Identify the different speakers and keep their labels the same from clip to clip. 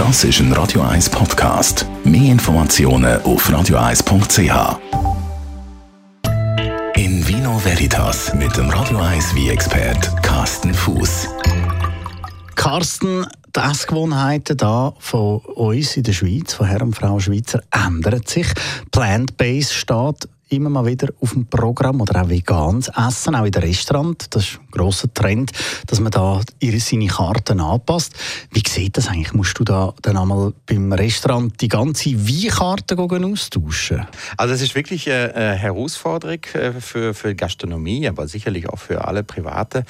Speaker 1: Das ist ein Radio 1 Podcast. Mehr Informationen auf radio1.ch. In Vino Veritas mit dem Radio 1 Wein-Expert Carsten Fuß.
Speaker 2: Carsten, die Essgewohnheiten da von uns in der Schweiz, von Herren und Frauen Schweizer, ändern sich. Plant-based steht immer mal wieder auf dem Programm oder auch veganes Essen, auch in den Restaurants. Das ist ein grosser Trend, dass man da seine Karten anpasst. Wie sieht das eigentlich? Musst du da dann einmal beim Restaurant die ganze Weinkarte austauschen?
Speaker 3: Also es ist wirklich eine Herausforderung für Gastronomie, aber sicherlich auch für alle Private,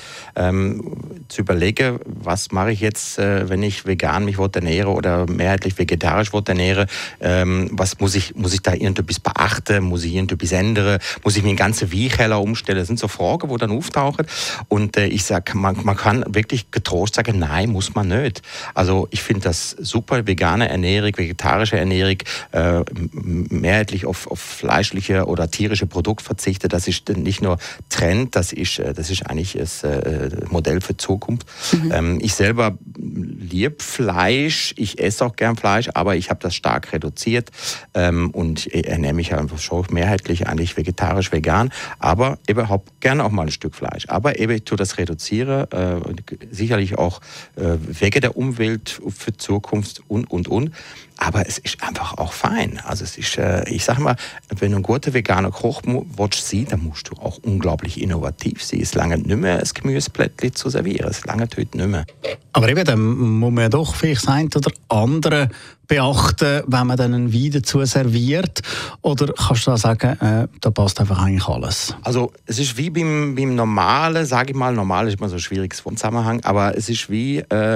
Speaker 3: zu überlegen, was mache ich jetzt, wenn ich vegan mich ernähre oder mehrheitlich vegetarisch ernähre. Was muss ich da irgendetwas beachten? Muss ich irgendetwas ändern? Muss ich mir den ganzen Weinkeller umstellen? Das sind so Fragen, die dann auftauchen. Und ich sage, man kann wirklich getrost sagen, nein, muss man nicht. Also ich finde das super, vegane Ernährung, vegetarische Ernährung, mehrheitlich auf fleischliche oder tierische Produkte verzichten. Das ist nicht nur Trend, das ist eigentlich das Modell für Zukunft. Ich selber liebe Fleisch, ich esse auch gern Fleisch, aber ich habe das stark reduziert und ernähre mich einfach schon mehrheitlich eigentlich vegetarisch, vegan, aber eben habe gerne auch mal ein Stück Fleisch. Aber eben ich tue das reduziere, sicherlich auch wegen der Umwelt für Zukunft und. Aber es ist einfach auch fein. Also es ist, ich sage mal, wenn du ein guter veganer Koch willst, dann musst du auch unglaublich innovativ sein. Es lange nicht mehr ein Gemüseblättchen zu servieren. Es lange heute nicht mehr.
Speaker 2: Aber eben, dann muss man ja doch vielleicht das eine oder andere beachten, wenn man dann einen Wein dazu serviert? Oder kannst du da sagen, da passt einfach eigentlich alles?
Speaker 3: Also es ist wie beim Normalen, sage ich mal, normal ist immer so ein schwieriges Zusammenhang, aber es ist wie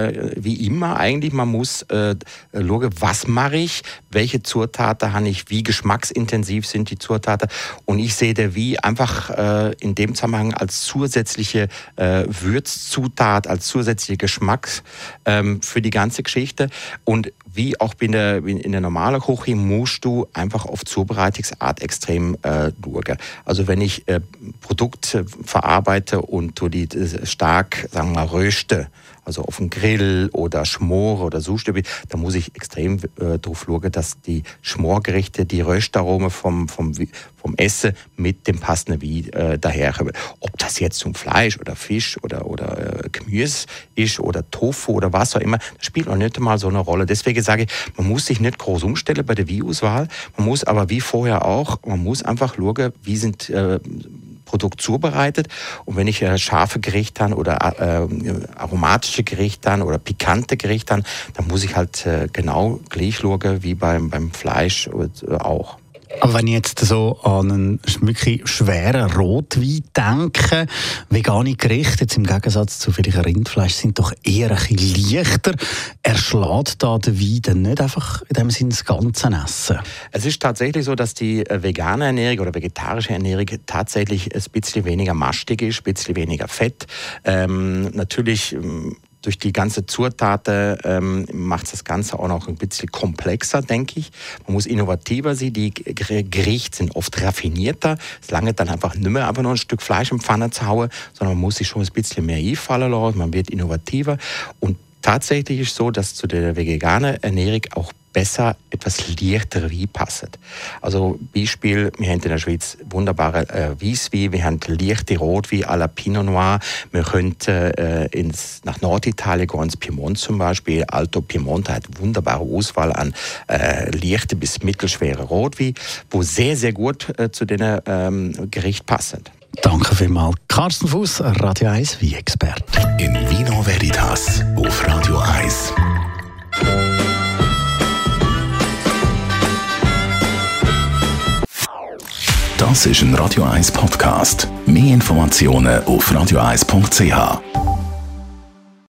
Speaker 3: immer eigentlich, man muss schauen, was mache ich, welche Zutaten habe ich, wie geschmacksintensiv sind die Zutaten, und ich sehe der Wein einfach in dem Zusammenhang als zusätzliche Würzzutat, als zusätzliche Geschmack für die ganze Geschichte. Und wie auch in der normalen Küche musst du einfach auf Zubereitungsart extrem schauen. Also wenn ich Produkte verarbeite und die stark, sagen wir mal, röste, also auf dem Grill oder schmore oder suche, da muss ich extrem darauf schauen, dass die Schmorgerichte, die Röstaromen vom Essen mit dem passenden Wein daherkommen. Ob das jetzt zum Fleisch oder Fisch oder Gemüse ist oder Tofu oder was auch immer, das spielt noch nicht mal so eine Rolle. Deswegen sage ich, man muss sich nicht groß umstellen bei der Weinauswahl. Man muss aber wie vorher auch, man muss einfach schauen, wie sind Produkt zubereitet. Und wenn ich scharfe Gerichte habe oder aromatische Gerichte habe oder pikante Gerichte habe, dann muss ich halt genau gleich schauen wie beim Fleisch auch.
Speaker 2: Aber wenn ich jetzt so an einen wirklich schweren Rotwein denke, vegane Gerichte, jetzt im Gegensatz zu vielleicht Rindfleisch, sind doch eher ein bisschen leichter. Erschlägt da der Wein dann nicht einfach in dem Sinne das ganze Essen?
Speaker 3: Es ist tatsächlich so, dass die vegane Ernährung oder vegetarische Ernährung tatsächlich ein bisschen weniger mastig ist, ein bisschen weniger Fett. Natürlich durch die ganze Zutaten macht das Ganze auch noch ein bisschen komplexer, denke ich. Man muss innovativer sein. Die Gerichte sind oft raffinierter. Es lange dann einfach nicht mehr einfach nur ein Stück Fleisch im Pfanne zu hauen, sondern man muss sich schon ein bisschen mehr einfallen lassen. Man wird innovativer. Und tatsächlich ist es so, dass zu der veganen Ernährung auch besser etwas leichtere Wein passt. Also Beispiel, wir haben in der Schweiz wunderbare Weisswein, wir haben leichte Rotwein à la Pinot Noir, wir können nach Norditalien gehen, ins Piemont zum Beispiel, Alto Piemonte hat eine wunderbare Auswahl an leichte bis mittelschwere Rotwein, wo sehr, sehr gut zu den Gerichten passen.
Speaker 2: Danke vielmals. Carsten Fuß, Radio 1 Wein-Experte.
Speaker 1: In Vino Veritas auf Radio 1. Das ist ein Radio 1 Podcast. Mehr Informationen auf radio1.ch.